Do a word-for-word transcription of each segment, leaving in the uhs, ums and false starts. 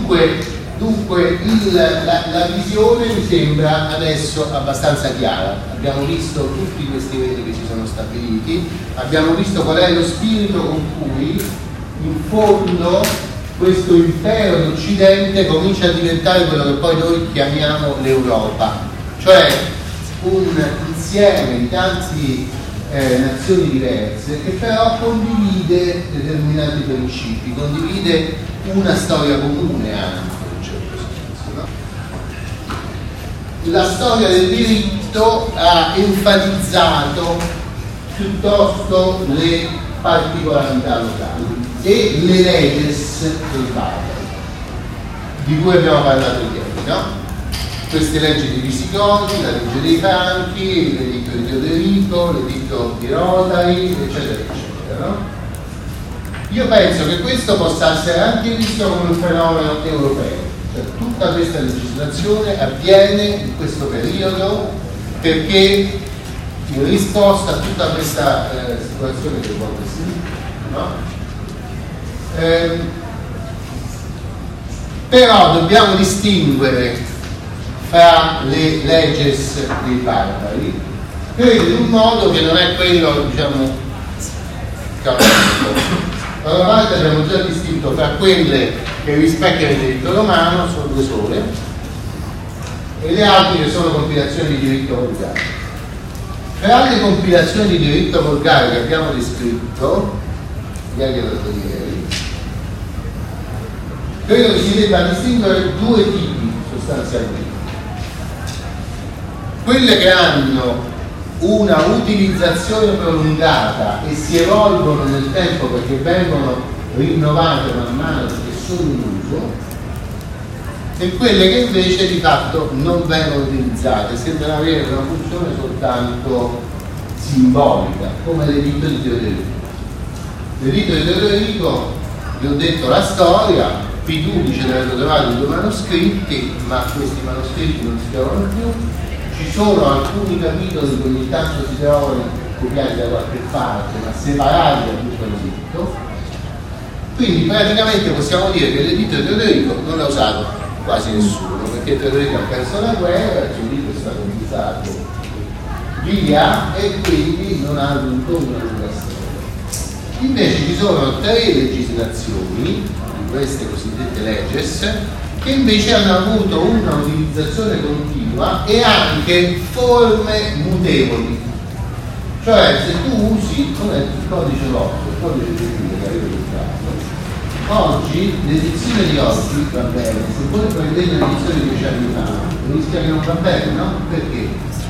Dunque, dunque il, la, la visione mi sembra adesso abbastanza chiara. Abbiamo visto tutti questi eventi che si sono stabiliti, abbiamo visto qual è lo spirito con cui in fondo questo impero d'Occidente comincia a diventare quello che poi noi chiamiamo l'Europa, cioè un insieme di tante eh, nazioni diverse che però condivide determinati principi, condivide una storia comune anche in un certo senso, no? La storia del diritto ha enfatizzato piuttosto le particolarità locali e le legges del Barbaro, di cui abbiamo parlato ieri, no? Queste leggi dei Visigoti, la legge dei Franchi, l'editto di Teodorico, l'editto di Rodari, eccetera, eccetera, no? Io penso che questo possa essere anche visto come un fenomeno europeo, cioè tutta questa legislazione avviene in questo periodo perché in risposta a tutta questa eh, situazione che volte si, no? Eh, però dobbiamo distinguere fra le legges dei barbari, credo in un modo che non è quello, diciamo, canonico. Da una parte abbiamo già distinto fra quelle che rispecchiano il diritto romano, sono due sole, e le altre che sono compilazioni di diritto volgare. Fra le compilazioni di diritto volgare che abbiamo descritto ieri e l'altro ieri, credo che si debba distinguere due tipi sostanzialmente: quelle che hanno una utilizzazione prolungata e si evolvono nel tempo perché vengono rinnovate man mano perché sono in uso, e quelle che invece di fatto non vengono utilizzate, sembrano avere una funzione soltanto simbolica, come l'editto di Teodorico. L'editto di Teodorico, vi ho detto la storia, P due dice di aver trovato due manoscritti, ma questi manoscritti non si trovano più. Ci sono alcuni capitoli che ogni tanto si trovano copiati da qualche parte, ma separati da tutto l'editto. Quindi praticamente possiamo dire che l'editto di Teodorico non l'ha usato quasi nessuno, perché Teodorico ha perso la guerra, il suo libro è stato utilizzato via e quindi non ha avuto una lunga storia. Invece ci sono tre legislazioni di queste cosiddette legges che invece hanno avuto una utilizzazione continua e anche forme mutevoli. Cioè, se tu usi, come il codice lotto, il codice civile che avevo usato, oggi, l'edizione di oggi va bene, se voi prendete l'edizione di dieci anni fa, rischia che non va bene, no? Perché?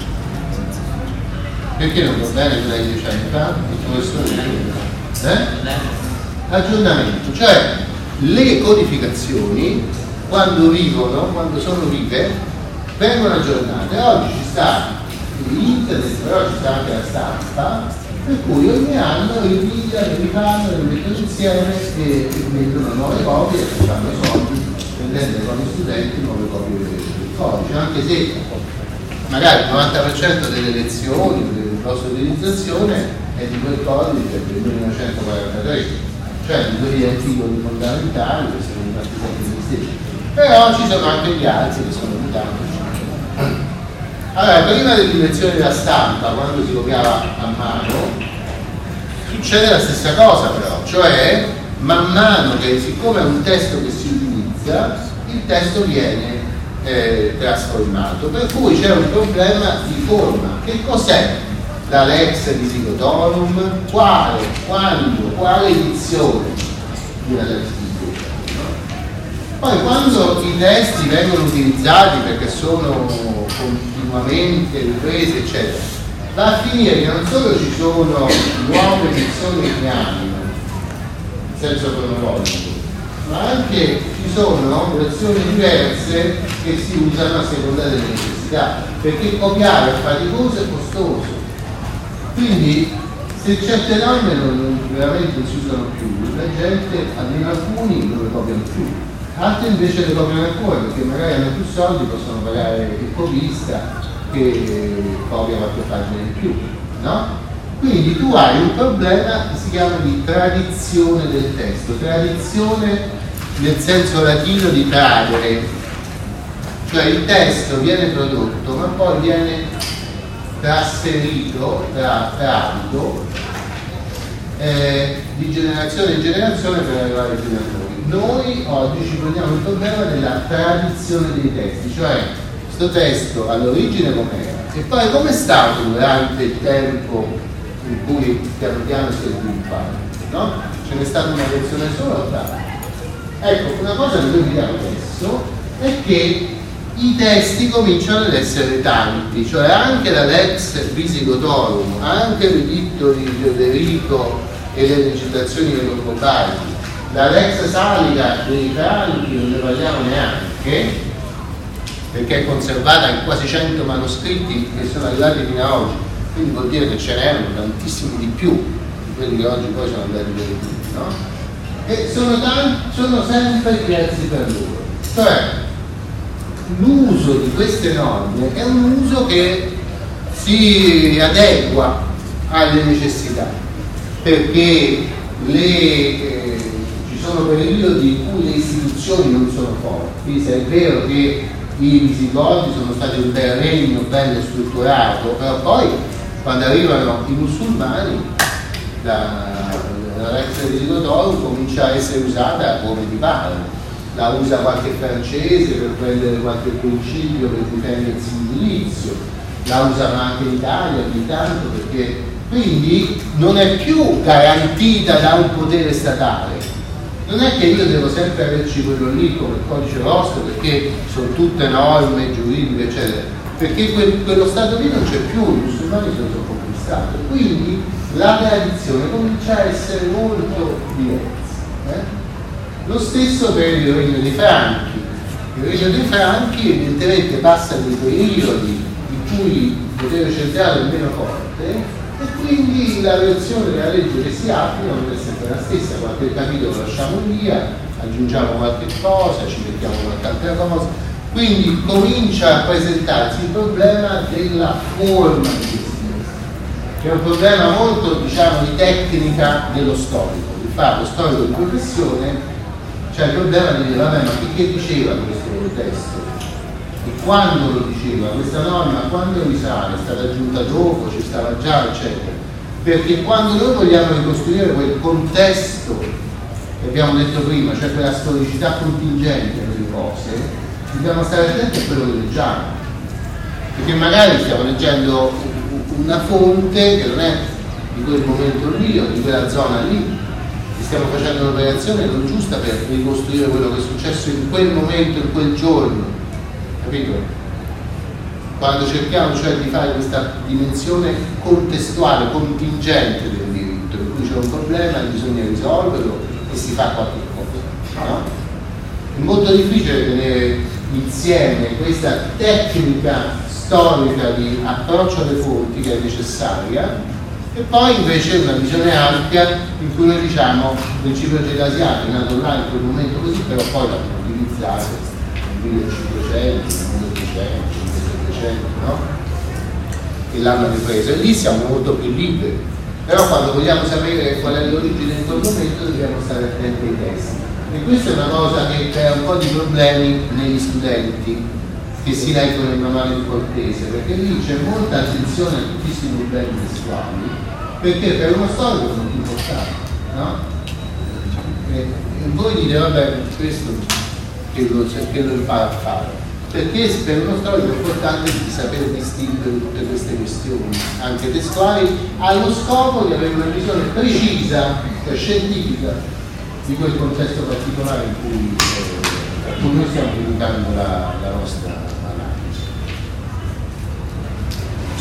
Perché non va bene quella di dieci anni fa? Il professore eh? Aggiornamento, cioè le codificazioni quando vivono, quando sono vive, vengono aggiornate. Oggi ci sta internet, però ci sta anche la stampa, per cui ogni anno ripigliano, le rifanno, le mettono insieme e mettono nuove copie e fanno soldi, prendendo con gli studenti nuove copie del codice, anche se magari il novanta per cento delle lezioni, della nostra utilizzazione è di quel codice del millenovecentoquarantatré, cioè di quelli articoli fondamentali che sono rimasti sempre gli stessi. Però ci sono anche gli altri che sono tanti. Allora, prima dell'invenzione della stampa, quando si copiava a mano, succede la stessa cosa però, cioè man mano che, siccome è un testo che si utilizza, il testo viene eh, trasformato, per cui c'è un problema di forma. Che cos'è la lex Visigotorum? Quale, quando, quale edizione di una lex? Poi quando i testi vengono utilizzati perché sono continuamente ripresi, eccetera, va a finire che non solo ci sono nuove edizioni che cambiano in senso cronologico, ma anche ci sono versioni diverse che si usano a seconda delle necessità, perché copiare è faticoso e costoso. Quindi se certe norme non, veramente non si usano più, la gente, almeno alcuni, non le copiano più. Altri invece le copiano ancora perché magari hanno più soldi, possono pagare il copista che copia qualche pagina in più, no? Quindi tu hai un problema che si chiama di tradizione del testo, tradizione nel senso latino di tradere, cioè il testo viene prodotto ma poi viene trasferito, tra, tradotto eh, di generazione in generazione per arrivare fino a noi. Noi oggi ci poniamo il problema della tradizione dei testi, cioè questo testo all'origine com'era e poi com'è stato durante il tempo in cui piano piano si è sviluppato, no? Ce n'è stata una versione sola o tale? Ecco, una cosa che noi vediamo adesso è che i testi cominciano ad essere tanti, cioè anche la Lex Visigotorum, anche l'editto di Teoderico e le recitazioni dei Longobardi, la Lex Salica dei Franchi non ne parliamo neanche, perché è conservata in quasi cento manoscritti che sono arrivati fino ad oggi, quindi vuol dire che ce n'erano tantissimi di più di quelli che oggi poi sono andati perduti, no? E sono, tanti, sono sempre diversi per loro, cioè l'uso di queste norme è un uso che si adegua alle necessità, perché le, eh, ci sono periodi in cui le istituzioni non sono forti. Se è vero che i Visigoti sono stati un bel regno bello strutturato, però poi quando arrivano i musulmani la, la Lex Visigotorum comincia a essere usata come ti pare. La usa qualche francese per prendere qualche principio per difendere il sindilizio, la usano anche in Italia ogni tanto, perché quindi non è più garantita da un potere statale. Non è che io devo sempre averci quello lì come il codice rosso perché sono tutte norme giuridiche eccetera, perché quel, quello stato lì non c'è più, i musulmani sono conquistati, quindi la tradizione comincia a essere molto diversa. Eh? Lo stesso per il regno dei Franchi. Il regno dei Franchi evidentemente passa dei periodi in cui il potere centrale è meno forte e quindi la versione della legge che si applica non è sempre la stessa. Qualche capitolo lo lasciamo via, aggiungiamo qualche cosa, ci mettiamo qualche altra cosa, quindi comincia a presentarsi il problema della forma di questi testi, che è un problema molto, diciamo, di tecnica dello storico, di fare lo storico di professione. Cioè il problema di dire, vabbè, ma chi che diceva questo testo? E quando lo diceva? Questa norma quando risale? È stata aggiunta dopo? Ci stava già, eccetera. Perché quando noi vogliamo ricostruire quel contesto che abbiamo detto prima, cioè quella storicità contingente delle cose, dobbiamo stare attenti a quello che leggiamo. Perché magari stiamo leggendo una fonte che non è di quel momento lì o di quella zona lì, stiamo facendo un'operazione non giusta per ricostruire quello che è successo in quel momento, in quel giorno, capito? Quando cerchiamo cioè di fare questa dimensione contestuale, contingente del diritto, in cui c'è un problema e bisogna risolverlo e si fa qualche cosa, no? È molto difficile tenere insieme questa tecnica storica di approccio alle fonti che è necessaria e poi invece una visione ampia in cui noi diciamo il principio gelasiano è nato là in quel momento così, però poi l'hanno utilizzato nel millecinquecento, nel milleottocento, nel millesettecento, no? E l'hanno ripreso e lì siamo molto più liberi, però quando vogliamo sapere qual è l'origine in quel momento dobbiamo stare attenti ai testi e questa è una cosa che crea un po' di problemi negli studenti che si leggono il manuale di Cortese, perché lì c'è molta attenzione a tutti questi problemi testuali, perché per uno storico sono più importanti, no? E, e voi dite, vabbè, questo che lo, che lo impara a fare, perché per uno storico è importante di saper distinguere tutte queste questioni, anche testuali, allo scopo di avere una visione precisa, cioè scientifica, di quel contesto particolare in cui, eh, in cui noi stiamo pubblicando la, la nostra